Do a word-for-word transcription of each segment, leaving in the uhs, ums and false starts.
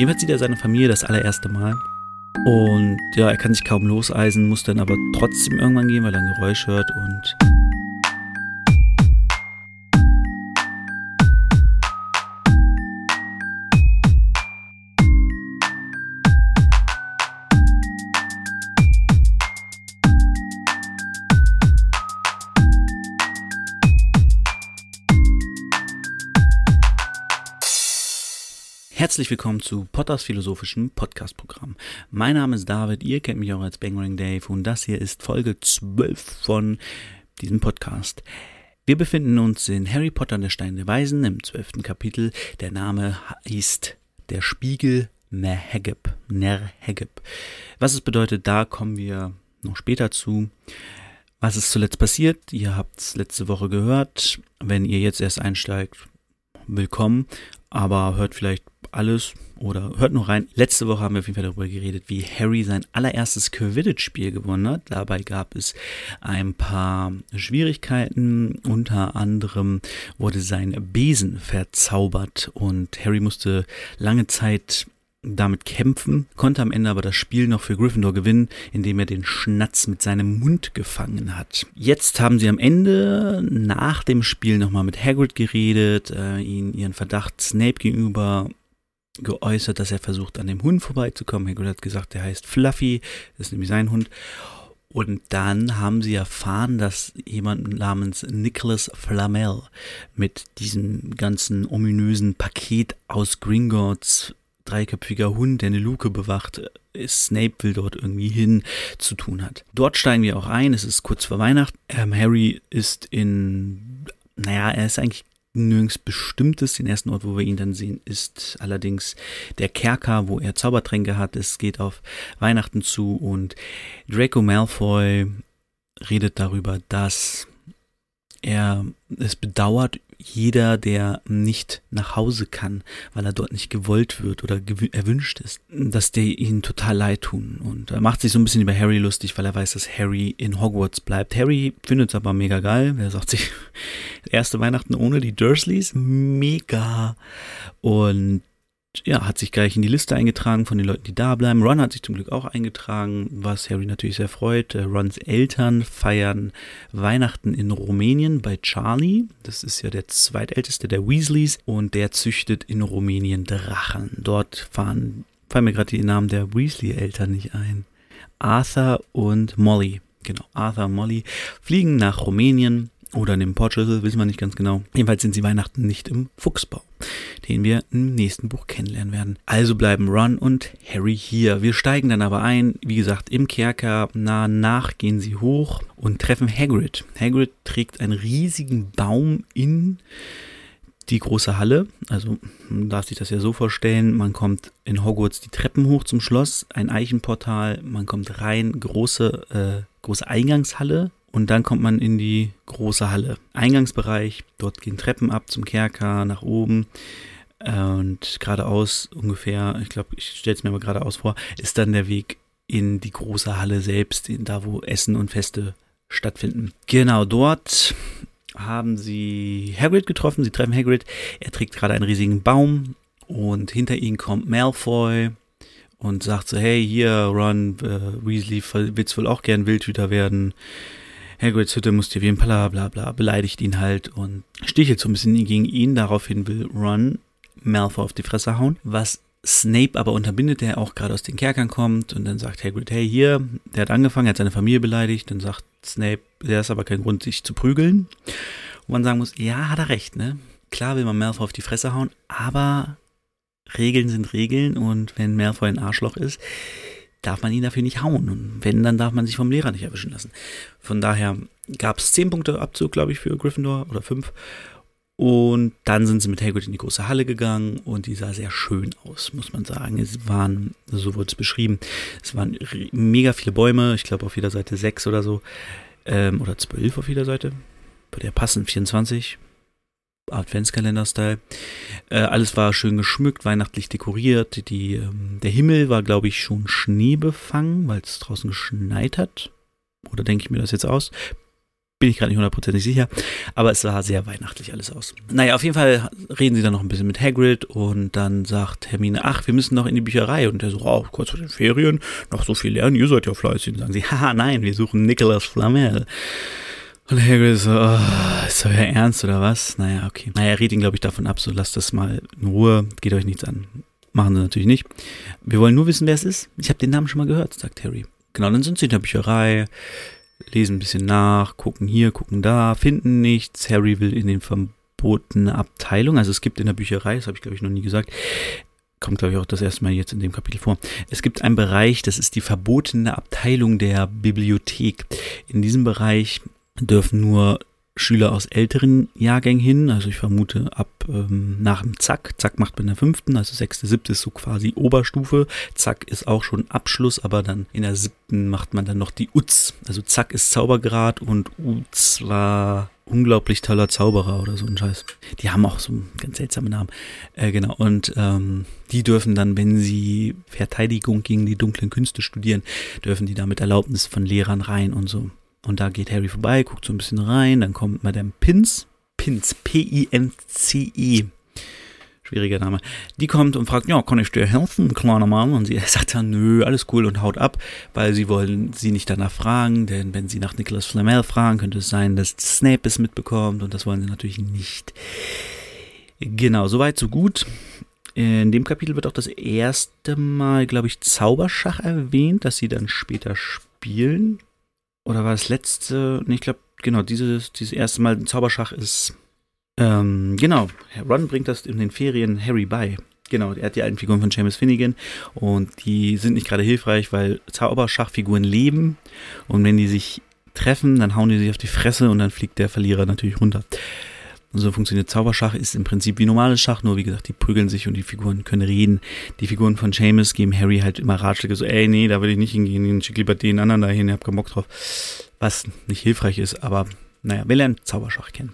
Jedenfalls sieht er seine Familie das allererste Mal. Und ja, er kann sich kaum loseisen, muss dann aber trotzdem irgendwann gehen, weil er ein Geräusch hört und... Herzlich willkommen zu Potters philosophischem Podcast-Programm. Mein Name ist David, ihr kennt mich auch als Bangering Dave und das hier ist Folge zwölf von diesem Podcast. Wir befinden uns in Harry Potter und der Stein der Weisen im zwölften Kapitel. Der Name ist der Spiegel Merhegeb. Nerhegeb. Was es bedeutet, da kommen wir noch später zu. Was ist zuletzt passiert? Ihr habt es letzte Woche gehört. Wenn ihr jetzt erst einsteigt, willkommen, aber hört vielleicht alles oder hört nur rein. Letzte Woche haben wir auf jeden Fall darüber geredet, wie Harry sein allererstes Quidditch-Spiel gewonnen hat. Dabei gab es ein paar Schwierigkeiten. Unter anderem wurde sein Besen verzaubert und Harry musste lange Zeit damit kämpfen, konnte am Ende aber das Spiel noch für Gryffindor gewinnen, indem er den Schnatz mit seinem Mund gefangen hat. Jetzt haben sie am Ende nach dem Spiel nochmal mit Hagrid geredet, äh, ihn ihren Verdacht Snape gegenüber geäußert, dass er versucht, an dem Hund vorbeizukommen. Hagrid hat gesagt, der heißt Fluffy, das ist nämlich sein Hund. Und dann haben sie erfahren, dass jemand namens Nicholas Flamel mit diesem ganzen ominösen Paket aus Gringotts dreiköpfiger Hund, der eine Luke bewacht, Snape will dort irgendwie hin, zu tun hat. Dort steigen wir auch ein, es ist kurz vor Weihnachten. Ähm, Harry ist in, naja, er ist eigentlich nirgends Bestimmtes. Den ersten Ort, wo wir ihn dann sehen, ist allerdings der Kerker, wo er Zaubertränke hat. Es geht auf Weihnachten zu und Draco Malfoy redet darüber, dass er es bedauert, jeder, der nicht nach Hause kann, weil er dort nicht gewollt wird oder gewü- erwünscht ist, dass die ihn total leid tun. Und er macht sich so ein bisschen über Harry lustig, weil er weiß, dass Harry in Hogwarts bleibt. Harry findet es aber mega geil. Er sagt sich, erste Weihnachten ohne die Dursleys, mega. Und ja, hat sich gleich in die Liste eingetragen von den Leuten, die da bleiben. Ron hat sich zum Glück auch eingetragen, was Harry natürlich sehr freut. Rons Eltern feiern Weihnachten in Rumänien bei Charlie. Das ist ja der zweitälteste der Weasleys und der züchtet in Rumänien Drachen. Dort fahren, fallen mir gerade die Namen der Weasley-Eltern nicht ein. Arthur und Molly. Genau, Arthur und Molly fliegen nach Rumänien. Oder in dem Portugal, wissen wir nicht ganz genau. Jedenfalls sind sie Weihnachten nicht im Fuchsbau, den wir im nächsten Buch kennenlernen werden. Also bleiben Ron und Harry hier. Wir steigen dann aber ein, wie gesagt, im Kerker. Nah nach gehen sie hoch und treffen Hagrid. Hagrid trägt einen riesigen Baum in die große Halle. Also man darf sich das ja so vorstellen, man kommt in Hogwarts die Treppen hoch zum Schloss, ein Eichenportal, man kommt rein, große, äh, große Eingangshalle. Und dann kommt man in die große Halle. Eingangsbereich, dort gehen Treppen ab zum Kerker, nach oben. Und geradeaus ungefähr, ich glaube, ich stelle es mir mal geradeaus vor, ist dann der Weg in die große Halle selbst, in da wo Essen und Feste stattfinden. Genau, dort haben sie Hagrid getroffen, sie treffen Hagrid. Er trägt gerade einen riesigen Baum und hinter ihm kommt Malfoy und sagt so, hey, hier, Ron, äh, Weasley, willst wohl auch gern Wildhüter werden? Hagrids Hütte muss dir wie ein bla bla bla, beleidigt ihn halt und stichelt so ein bisschen gegen ihn. Daraufhin will Ron Malfoy auf die Fresse hauen, was Snape aber unterbindet, der auch gerade aus den Kerkern kommt. Und dann sagt Hagrid, hey, hier, der hat angefangen, er hat seine Familie beleidigt. Dann sagt Snape, der ist aber kein Grund, sich zu prügeln. Und man sagen muss, ja, hat er recht, ne? Klar will man Malfoy auf die Fresse hauen, aber Regeln sind Regeln und wenn Malfoy ein Arschloch ist, darf man ihn dafür nicht hauen. Und wenn, dann darf man sich vom Lehrer nicht erwischen lassen. Von daher gab es zehn Punkte Abzug, glaube ich, für Gryffindor oder fünf. Und dann sind sie mit Hagrid in die große Halle gegangen und die sah sehr schön aus, muss man sagen. Es waren, so wurde es beschrieben, es waren mega viele Bäume, ich glaube auf jeder Seite sechs oder so, ähm, oder zwölf auf jeder Seite. Bei der passen vierundzwanzig. Adventskalender-Style. Äh, alles war schön geschmückt, weihnachtlich dekoriert. Die, ähm, der Himmel war, glaube ich, schon schneebefangen, weil es draußen geschneit hat. Oder denke ich mir das jetzt aus? bin ich gerade nicht hundertprozentig sicher, aber es sah sehr weihnachtlich alles aus. Naja, auf jeden Fall reden sie dann noch ein bisschen mit Hagrid und dann sagt Hermine, ach, wir müssen noch in die Bücherei und der so, oh, kurz vor den Ferien, noch so viel lernen, ihr seid ja fleißig. Und sagen sie, haha, nein, wir suchen Nicolas Flamel. Und Hagrid so, oh, ist euer Ernst oder was? Naja, okay. Naja, er rät ihn, glaube ich, davon ab, so lasst das mal in Ruhe, geht euch nichts an. Machen sie natürlich nicht. Wir wollen nur wissen, wer es ist. Ich habe den Namen schon mal gehört, sagt Harry. Genau, dann sind sie in der Bücherei, lesen ein bisschen nach, gucken hier, gucken da, finden nichts. Harry will in den verbotene Abteilung. Also es gibt in der Bücherei, das habe ich glaube ich noch nie gesagt, kommt glaube ich auch das erste Mal jetzt in dem Kapitel vor. Es gibt einen Bereich, das ist die verbotene Abteilung der Bibliothek. In diesem Bereich dürfen nur Schüler aus älteren Jahrgängen hin, also ich vermute ab ähm, nach dem Zack. Zack macht man in der fünften, also sechste, siebte ist so quasi Oberstufe. Zack ist auch schon Abschluss, aber dann in der siebten macht man dann noch die Uz. Also Zack ist Zaubergrad und Uz war unglaublich toller Zauberer oder so ein Scheiß. Die haben auch so einen ganz seltsamen Namen. Äh, genau, und ähm, die dürfen dann, wenn sie Verteidigung gegen die dunklen Künste studieren, dürfen die da mit Erlaubnis von Lehrern rein und so. Und da geht Harry vorbei, guckt so ein bisschen rein, dann kommt Madame Pince, Pince, P I N C E, schwieriger Name, die kommt und fragt, ja, kann ich dir helfen, kleiner Mann? Und sie sagt dann, nö, alles cool und haut ab, weil sie wollen sie nicht danach fragen, denn wenn sie nach Nicolas Flamel fragen, könnte es sein, dass Snape es mitbekommt und das wollen sie natürlich nicht. Genau, soweit, so gut. In dem Kapitel wird auch das erste Mal, glaube ich, Zauberschach erwähnt, dass sie dann später spielen. Oder war das letzte? Nee, ich glaube, genau, dieses, dieses erste Mal Zauberschach ist, ähm, genau, Ron bringt das in den Ferien Harry bei. Genau, er hat die alten Figuren von Seamus Finnegan und die sind nicht gerade hilfreich, weil Zauberschachfiguren leben und wenn die sich treffen, dann hauen die sich auf die Fresse und dann fliegt der Verlierer natürlich runter. Und so funktioniert Zauberschach, ist im Prinzip wie normales Schach, nur wie gesagt, die prügeln sich und die Figuren können reden. Die Figuren von Seamus geben Harry halt immer Ratschläge, so, ey, nee, da will ich nicht hingehen, ich schick lieber den anderen dahin, ich hab keinen Bock drauf. Was nicht hilfreich ist, aber naja, wir lernen Zauberschach kennen.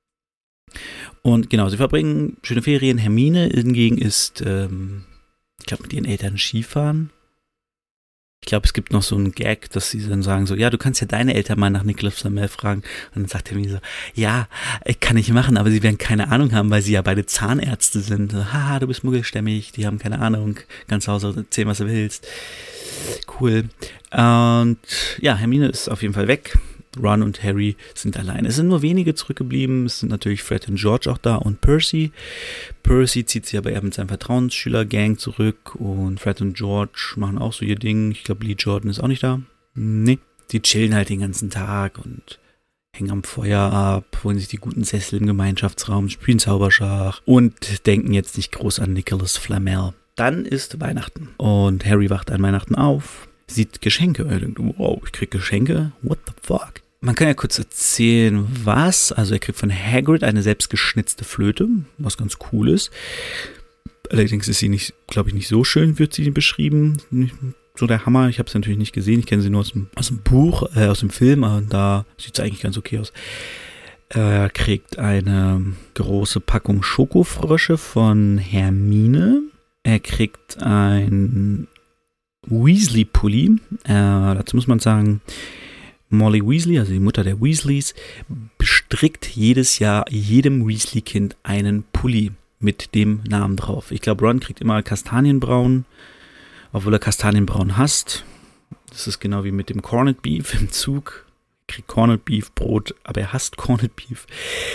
Und genau, sie verbringen schöne Ferien. Hermine hingegen ist, ähm, ich glaube, mit ihren Eltern Skifahren. Ich glaube, es gibt noch so einen Gag, dass sie dann sagen so, ja, du kannst ja deine Eltern mal nach Nicolas Flamel fragen. Und dann sagt Hermine so, ja, kann ich machen, aber sie werden keine Ahnung haben, weil sie ja beide Zahnärzte sind. So, haha, du bist muggelstämmig, die haben keine Ahnung, kannst zu Hause erzählen, was du willst. Cool. Und ja, Hermine ist auf jeden Fall weg. Ron und Harry sind allein. Es sind nur wenige zurückgeblieben. Es sind natürlich Fred und George auch da und Percy. Percy zieht sich aber eher mit seinem Vertrauensschüler-Gang zurück und Fred und George machen auch so ihr Ding. Ich glaube, Lee Jordan ist auch nicht da. Nee, die chillen halt den ganzen Tag und hängen am Feuer ab, holen sich die guten Sessel im Gemeinschaftsraum, spielen Zauberschach und denken jetzt nicht groß an Nicolas Flamel. Dann ist Weihnachten und Harry wacht an Weihnachten auf, sieht Geschenke. Er denkt, wow, ich krieg Geschenke? What the fuck? Man kann ja kurz erzählen, was. Also er kriegt von Hagrid eine selbstgeschnitzte Flöte, was ganz cool ist. Allerdings ist sie nicht, glaube ich, nicht so schön, wird sie beschrieben. Nicht so der Hammer. Ich habe sie natürlich nicht gesehen. Ich kenne sie nur aus dem, aus dem Buch, äh, aus dem Film. Und da sieht es eigentlich ganz okay aus. Er kriegt eine große Packung Schokofrösche von Hermine. Er kriegt ein Weasley-Pulli. Äh, dazu muss man sagen, Molly Weasley, also die Mutter der Weasleys, bestrickt jedes Jahr jedem Weasley-Kind einen Pulli mit dem Namen drauf. Ich glaube, Ron kriegt immer Kastanienbraun, obwohl er Kastanienbraun hasst. Das ist genau wie mit dem Corned Beef im Zug. Er kriegt Corned Beef Brot, aber er hasst Corned Beef.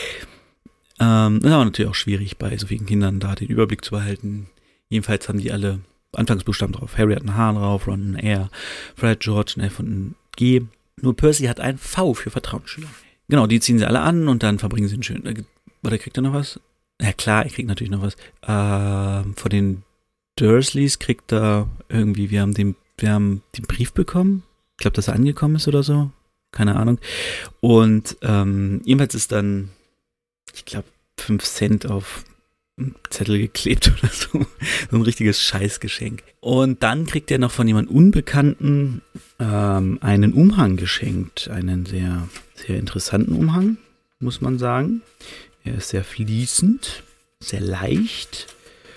Ähm, das ist aber natürlich auch schwierig, bei so vielen Kindern da den Überblick zu behalten. Jedenfalls haben die alle Anfangsbuchstaben drauf. Harry hat ein H drauf, Ron ein R, Fred, George ein F und ein G. Nur Percy hat ein V für Vertrauensschüler. Genau, die ziehen sie alle an und dann verbringen sie einen schönen. Oder kriegt er noch was? Ja klar, er kriegt natürlich noch was. Ähm, von den Dursleys kriegt er irgendwie, wir haben den, wir haben den Brief bekommen. Ich glaube, dass er angekommen ist oder so. Keine Ahnung. Und ähm, jedenfalls ist dann, ich glaube, fünf Cent auf Zettel geklebt oder so. So ein richtiges Scheißgeschenk. Und dann kriegt er noch von jemandem Unbekannten ähm, einen Umhang geschenkt. Einen sehr, sehr interessanten Umhang, muss man sagen. Er ist sehr fließend, sehr leicht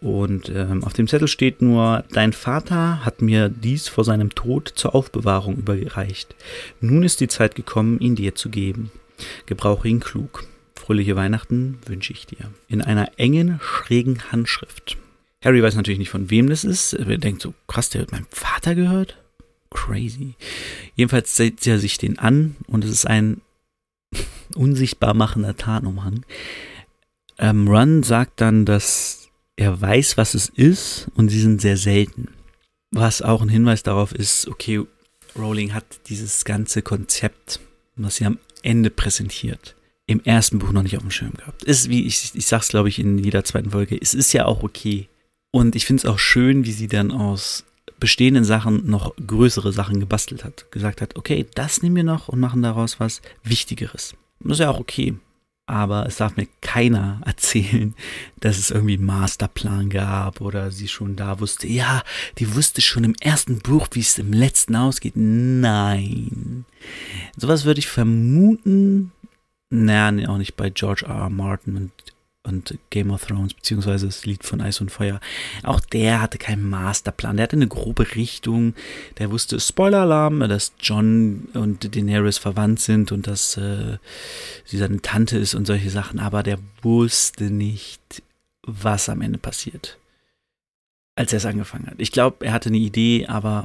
Und ähm, auf dem Zettel steht nur: Dein Vater hat mir dies vor seinem Tod zur Aufbewahrung überreicht. Nun ist die Zeit gekommen, ihn dir zu geben. Gebrauche ihn klug. Fröhliche Weihnachten wünsche ich dir. In einer engen, schrägen Handschrift. Harry weiß natürlich nicht, von wem das ist. Er denkt so: Krass, der hat meinem Vater gehört? Crazy. Jedenfalls sieht er sich den an und es ist ein unsichtbar machender Tarnumhang. Ähm, Ron sagt dann, dass er weiß, was es ist und sie sind sehr selten. Was auch ein Hinweis darauf ist, okay, Rowling hat dieses ganze Konzept, was sie am Ende präsentiert, im ersten Buch noch nicht auf dem Schirm gehabt. Ist, wie ich, ich sag's, glaube ich, in jeder zweiten Folge, es ist ja auch okay. Und ich finde es auch schön, wie sie dann aus bestehenden Sachen noch größere Sachen gebastelt hat. Gesagt hat, okay, das nehmen wir noch und machen daraus was Wichtigeres. Das ist ja auch okay. Aber es darf mir keiner erzählen, dass es irgendwie einen Masterplan gab oder sie schon da wusste, ja, die wusste schon im ersten Buch, wie es im letzten ausgeht. Nein. Sowas würde ich vermuten, naja, auch nicht bei George R. R. Martin und, und Game of Thrones, beziehungsweise das Lied von Eis und Feuer. Auch der hatte keinen Masterplan, der hatte eine grobe Richtung, der wusste, Spoiler-Alarm, dass Jon und Daenerys verwandt sind und dass äh, sie seine Tante ist und solche Sachen, aber der wusste nicht, was am Ende passiert, als er es angefangen hat. Ich glaube, er hatte eine Idee, aber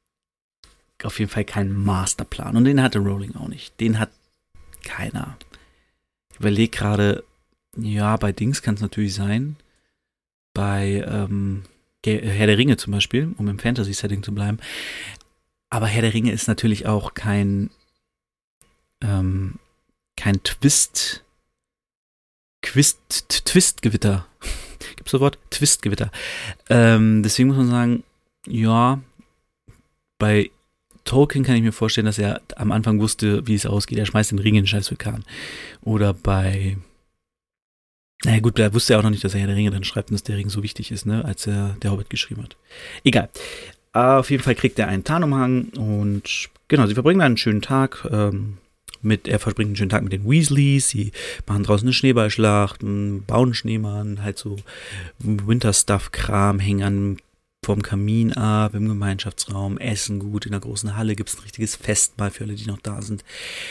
auf jeden Fall keinen Masterplan und den hatte Rowling auch nicht, den hat keiner. Ich überlege gerade, ja, bei Dings kann es natürlich sein. Bei ähm, Herr der Ringe zum Beispiel, um im Fantasy-Setting zu bleiben. Aber Herr der Ringe ist natürlich auch kein ähm, kein Twist Quist, Twistgewitter. Gibt es so ein Wort? Twistgewitter. Ähm, deswegen muss man sagen, ja, bei Tolkien kann ich mir vorstellen, dass er am Anfang wusste, wie es ausgeht. Er schmeißt den Ring in den scheiß Vulkan. Oder bei Naja gut, er wusste ja auch noch nicht, dass er Herr der Ringe dann schreibt und dass der Ring so wichtig ist, ne, als er der Hobbit geschrieben hat. Egal. Auf jeden Fall kriegt er einen Tarnumhang und genau, sie verbringen einen schönen Tag ähm, mit, er verbringt einen schönen Tag mit den Weasleys, sie machen draußen eine Schneeballschlacht, bauen einen Schneemann, halt so Winter-Stuff-Kram, hängen an vorm Kamin ab, im Gemeinschaftsraum, essen gut, in der großen Halle gibt es ein richtiges Festmahl für alle, die noch da sind.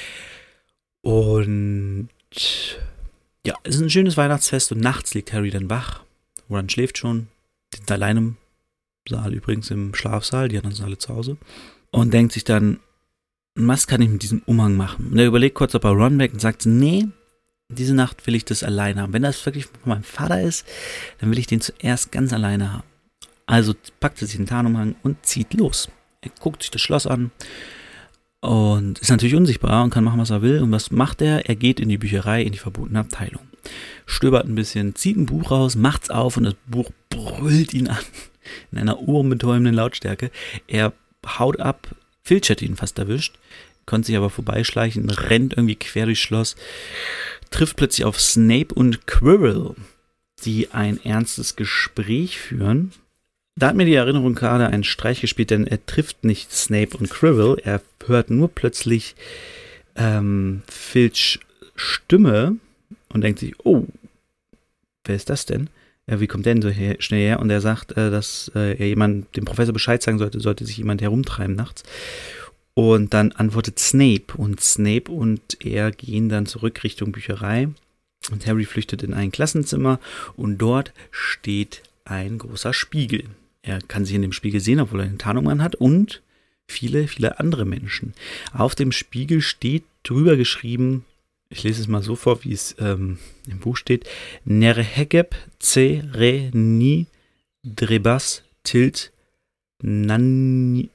Und ja, es ist ein schönes Weihnachtsfest und nachts liegt Harry dann wach. Ron schläft schon, die sind allein im Saal übrigens, im Schlafsaal, die anderen sind alle zu Hause. Und denkt sich dann, was kann ich mit diesem Umhang machen? Und er überlegt kurz, ob er Ron weckt und sagt, nee, diese Nacht will ich das alleine haben. Wenn das wirklich von meinem Vater ist, dann will ich den zuerst ganz alleine haben. Also packt er sich den Tarnumhang und zieht los. Er guckt sich das Schloss an und ist natürlich unsichtbar und kann machen, was er will. Und was macht er? Er geht in die Bücherei, in die verbotene Abteilung. Stöbert ein bisschen, zieht ein Buch raus, macht's auf und das Buch brüllt ihn an. In einer ohrenbetäubenden Lautstärke. Er haut ab. Filch hat ihn fast erwischt, konnte sich aber vorbeischleichen, rennt irgendwie quer durchs Schloss, trifft plötzlich auf Snape und Quirrell, die ein ernstes Gespräch führen. Da hat mir die Erinnerung gerade einen Streich gespielt, denn er trifft nicht Snape und Quirrell, er hört nur plötzlich ähm, Filchs Stimme und denkt sich, oh, wer ist das denn? Ja, wie kommt der denn so her, schnell her? Und er sagt, äh, dass äh, er jemand, dem Professor Bescheid sagen sollte, sollte sich jemand herumtreiben nachts. Und dann antwortet Snape. Und Snape und er gehen dann zurück Richtung Bücherei. Und Harry flüchtet in ein Klassenzimmer. Und dort steht ein großer Spiegel. Er kann sich in dem Spiegel sehen, obwohl er eine Tarnung an hat. Und viele, viele andere Menschen. Auf dem Spiegel steht drüber geschrieben, ich lese es mal so vor, wie es ähm, im Buch steht. Nerhegeb ce re ni drebas tilt nanidit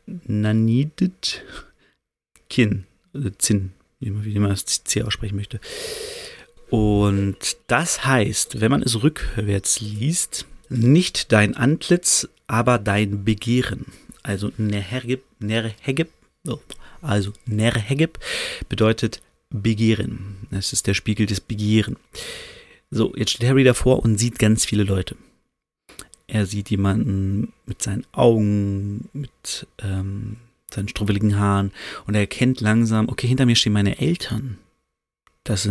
kin. Also Zin, wie man das C aussprechen möchte. Und das heißt, wenn man es rückwärts liest, nicht dein Antlitz, aber dein Begehren. Also Nerhegeb, Nerhegeb, oh, also Nerhegeb bedeutet Begehren. Das ist der Spiegel des Begehren. So, jetzt steht Harry davor und sieht ganz viele Leute. Er sieht jemanden mit seinen Augen, mit ähm, seinen strubbeligen Haaren und er erkennt langsam, okay, hinter mir stehen meine Eltern. Das sind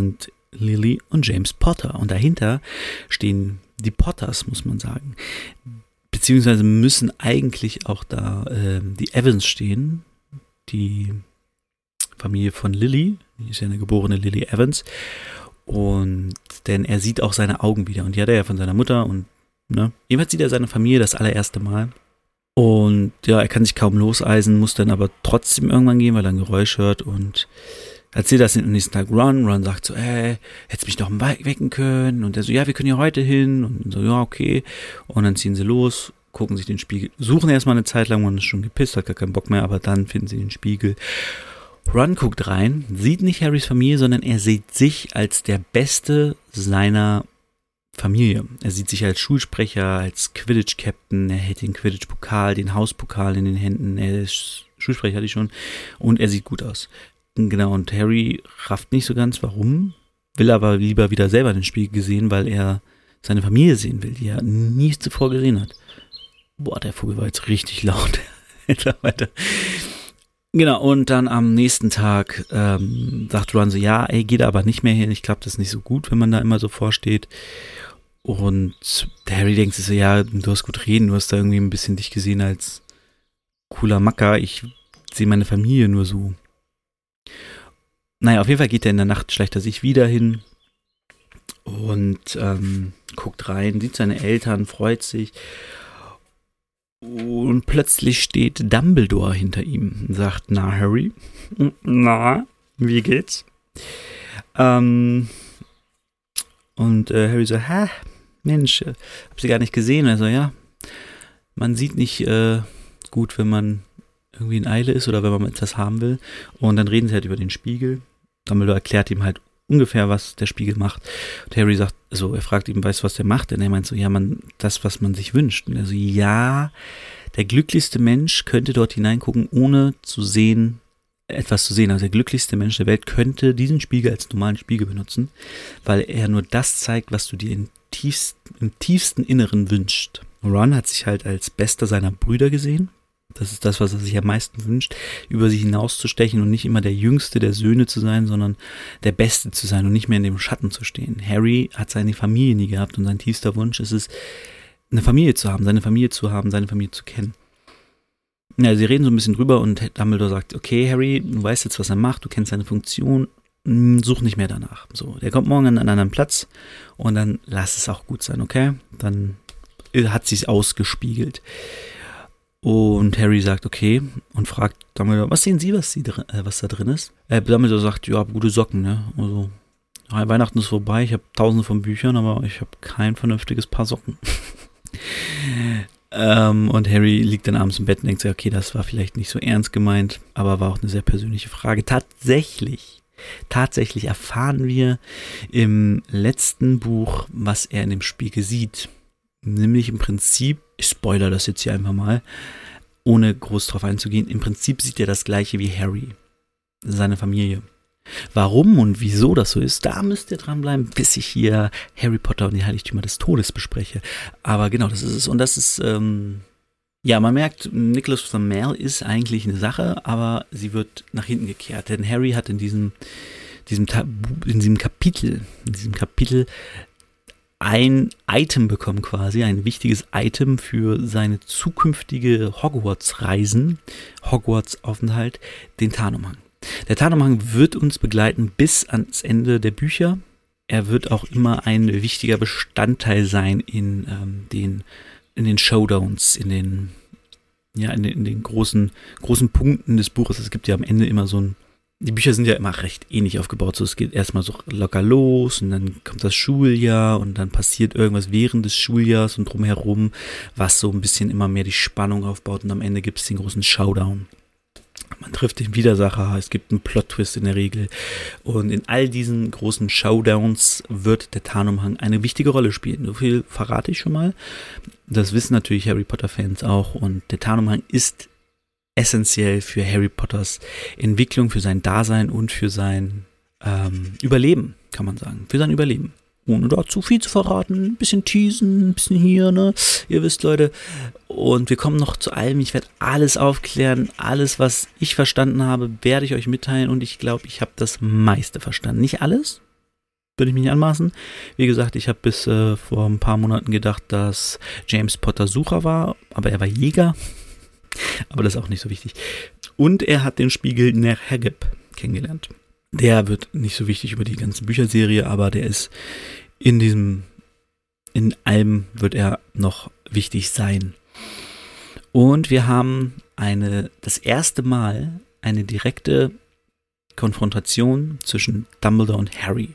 Lily und James Potter. Und dahinter stehen die Potters, muss man sagen. Beziehungsweise müssen eigentlich auch da äh, die Evans stehen, die Familie von Lily, die ist ja eine geborene Lily Evans. Und denn er sieht auch seine Augen wieder. Und die hat er ja von seiner Mutter. Und ne, jedenfalls sieht er seine Familie das allererste Mal. Und ja, er kann sich kaum loseisen, muss dann aber trotzdem irgendwann gehen, weil er ein Geräusch hört. Und erzählt das am nächsten Tag Ron. Ron sagt so, ey, hättest mich doch wecken können. Und er so, ja, wir können ja heute hin. Und so, ja, okay. Und dann ziehen sie los, gucken sich den Spiegel, suchen erstmal eine Zeit lang, man ist schon gepisst, hat gar keinen Bock mehr, aber dann finden sie den Spiegel. Ron guckt rein, sieht nicht Harrys Familie, sondern er sieht sich als der Beste seiner Familie. Er sieht sich als Schulsprecher, als Quidditch-Captain, er hält den Quidditch-Pokal, den Hauspokal in den Händen, er ist Schulsprecher, hatte ich schon, und er sieht gut aus. Genau, und Harry rafft nicht so ganz, warum, will aber lieber wieder selber den Spiegel gesehen, weil er seine Familie sehen will, die er nie zuvor gesehen hat. Boah, der Vogel war jetzt richtig laut. Weiter. Genau, und dann am nächsten Tag ähm, sagt Ron so, ja, ey, geht aber nicht mehr hin, ich glaube, das ist nicht so gut, wenn man da immer so vorsteht. Und der Harry denkt sich so, ja, du hast gut reden, du hast da irgendwie ein bisschen dich gesehen als cooler Macker, ich sehe meine Familie nur so. Naja, auf jeden Fall geht er in der Nacht, schleicht er sich wieder hin und ähm, guckt rein, sieht seine Eltern, freut sich. Und plötzlich steht Dumbledore hinter ihm und sagt, na Harry, na, wie geht's? Ähm, und äh, Harry so, hä, Mensch, äh, hab sie gar nicht gesehen. Also ja, man sieht nicht äh, gut, wenn man irgendwie in Eile ist oder wenn man etwas haben will. Und dann reden sie halt über den Spiegel. Dumbledore erklärt ihm halt ungefähr, was der Spiegel macht. Und Harry sagt, also er fragt ihn, weißt du, was der macht? Und er meint so, ja, man, das, was man sich wünscht. Und er so, ja, der glücklichste Mensch könnte dort hineingucken, ohne zu sehen, etwas zu sehen. Also der glücklichste Mensch der Welt könnte diesen Spiegel als normalen Spiegel benutzen, weil er nur das zeigt, was du dir im tiefsten, im tiefsten Inneren wünschst. Ron hat sich halt als bester seiner Brüder gesehen. Das ist das, was er sich am meisten wünscht, über sich hinauszustechen und nicht immer der Jüngste der Söhne zu sein, sondern der Beste zu sein und nicht mehr in dem Schatten zu stehen. Harry hat seine Familie nie gehabt und sein tiefster Wunsch ist es, eine Familie zu haben, seine Familie zu haben, seine Familie zu kennen. Ja, sie reden so ein bisschen drüber und Dumbledore sagt, okay, Harry, du weißt jetzt, was er macht, du kennst seine Funktion, such nicht mehr danach. So, der kommt morgen an einen anderen Platz und dann lass es auch gut sein, okay? Dann hat sie es ausgespiegelt. Und Harry sagt, okay, und fragt Dumbledore, was sehen Sie, was, Sie, äh, was da drin ist? Äh, Dumbledore sagt, ja, gute Socken, ne? Also, ja, Weihnachten ist vorbei, ich habe tausende von Büchern, aber ich habe kein vernünftiges Paar Socken. ähm, und Harry liegt dann abends im Bett und denkt sich, okay, das war vielleicht nicht so ernst gemeint, aber war auch eine sehr persönliche Frage. Tatsächlich, tatsächlich erfahren wir im letzten Buch, was er in dem Spiegel sieht. Nämlich im Prinzip, ich spoilere das jetzt hier einfach mal, ohne groß drauf einzugehen, im Prinzip sieht er das gleiche wie Harry, seine Familie. Warum und wieso das so ist, da müsst ihr dranbleiben, bis ich hier Harry Potter und die Heiligtümer des Todes bespreche. Aber genau, das ist es. Und das ist, ähm, ja, man merkt, Nicholas Flamel ist eigentlich eine Sache, aber sie wird nach hinten gekehrt. Denn Harry hat in diesem, diesem, in diesem Kapitel, in diesem Kapitel ein Item bekommen quasi, ein wichtiges Item für seine zukünftige Hogwarts-Reisen, Hogwarts-Aufenthalt, den Tarnumhang. Der Tarnumhang wird uns begleiten bis ans Ende der Bücher. Er wird auch immer ein wichtiger Bestandteil sein in ähm, den in den Showdowns, in den ja in den, in den großen großen Punkten des Buches. Es gibt ja am Ende immer so ein Die Bücher sind ja immer recht ähnlich aufgebaut. So, es geht erstmal so locker los und dann kommt das Schuljahr und dann passiert irgendwas während des Schuljahrs und drumherum, was so ein bisschen immer mehr die Spannung aufbaut und am Ende gibt es den großen Showdown. Man trifft den Widersacher, es gibt einen Plot-Twist in der Regel und in all diesen großen Showdowns wird der Tarnumhang eine wichtige Rolle spielen. So viel verrate ich schon mal. Das wissen natürlich Harry Potter-Fans auch und der Tarnumhang ist essentiell für Harry Potters Entwicklung, für sein Dasein und für sein ähm, Überleben, kann man sagen. Für sein Überleben. Ohne dort zu viel zu verraten, ein bisschen teasen, ein bisschen hier, ne? Ihr wisst, Leute. Und wir kommen noch zu allem. Ich werde alles aufklären. Alles, was ich verstanden habe, werde ich euch mitteilen. Und ich glaube, ich habe das meiste verstanden. Nicht alles, würde ich mich nicht anmaßen. Wie gesagt, ich habe bis äh, vor ein paar Monaten gedacht, dass James Potter Sucher war, aber er war Jäger. Aber das ist auch nicht so wichtig. Und er hat den Spiegel Ner Hageb kennengelernt. Der wird nicht so wichtig über die ganze Bücherserie, aber der ist in diesem, in allem wird er noch wichtig sein. Und wir haben eine, das erste Mal eine direkte Konfrontation zwischen Dumbledore und Harry.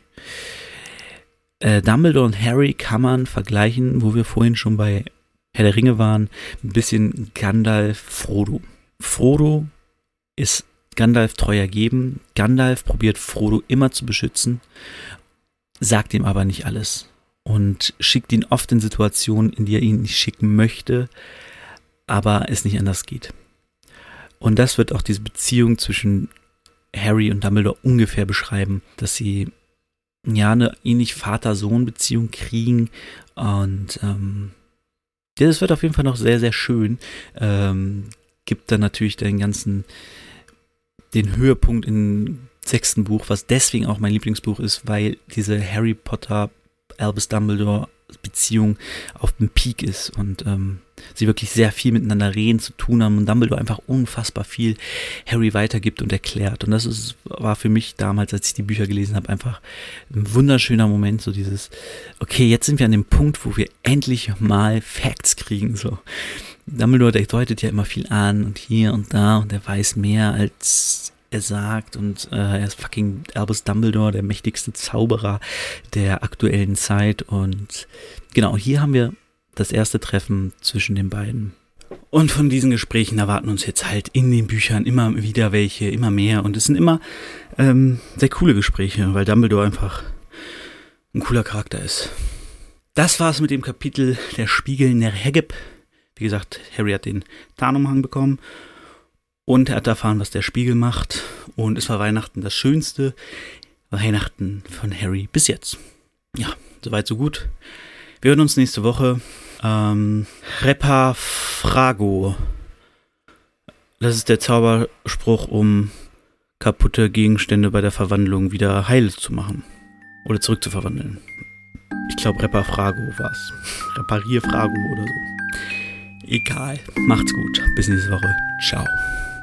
Äh, Dumbledore und Harry kann man vergleichen, wo wir vorhin schon bei Herr der Ringe waren, ein bisschen Gandalf, Frodo. Frodo ist Gandalf treu ergeben. Gandalf probiert Frodo immer zu beschützen, sagt ihm aber nicht alles und schickt ihn oft in Situationen, in die er ihn nicht schicken möchte, aber es nicht anders geht. Und das wird auch diese Beziehung zwischen Harry und Dumbledore ungefähr beschreiben, dass sie ja eine ähnlich Vater-Sohn-Beziehung kriegen und ähm, ja, das wird auf jeden Fall noch sehr, sehr schön. Ähm, gibt dann natürlich den ganzen, den Höhepunkt im sechsten Buch, was deswegen auch mein Lieblingsbuch ist, weil diese Harry Potter, Albus Dumbledore Beziehung auf dem Peak ist und ähm, sie wirklich sehr viel miteinander reden, zu tun haben und Dumbledore einfach unfassbar viel Harry weitergibt und erklärt. Und das ist, war für mich damals, als ich die Bücher gelesen habe, einfach ein wunderschöner Moment, so dieses, okay, jetzt sind wir an dem Punkt, wo wir endlich mal Facts kriegen, so. Dumbledore, der deutet ja immer viel an und hier und da und er weiß mehr, als er sagt und äh, er ist fucking Albus Dumbledore, der mächtigste Zauberer der aktuellen Zeit und genau, hier haben wir das erste Treffen zwischen den beiden. Und von diesen Gesprächen erwarten uns jetzt halt in den Büchern immer wieder welche, immer mehr und es sind immer ähm, sehr coole Gespräche, weil Dumbledore einfach ein cooler Charakter ist. Das war's mit dem Kapitel Der Spiegel Ner Hageb. Wie gesagt, Harry hat den Tarnumhang bekommen und er hat erfahren, was der Spiegel macht. Und es war Weihnachten das schönste Weihnachten von Harry bis jetzt. Ja, soweit so gut. Wir hören uns nächste Woche. Ähm, Repafrago. Das ist der Zauberspruch, um kaputte Gegenstände bei der Verwandlung wieder heil zu machen. Oder zurückzuverwandeln. Ich glaube, Repafrago war's. Reparierfrago oder so. Egal. Macht's gut. Bis nächste Woche. Ciao.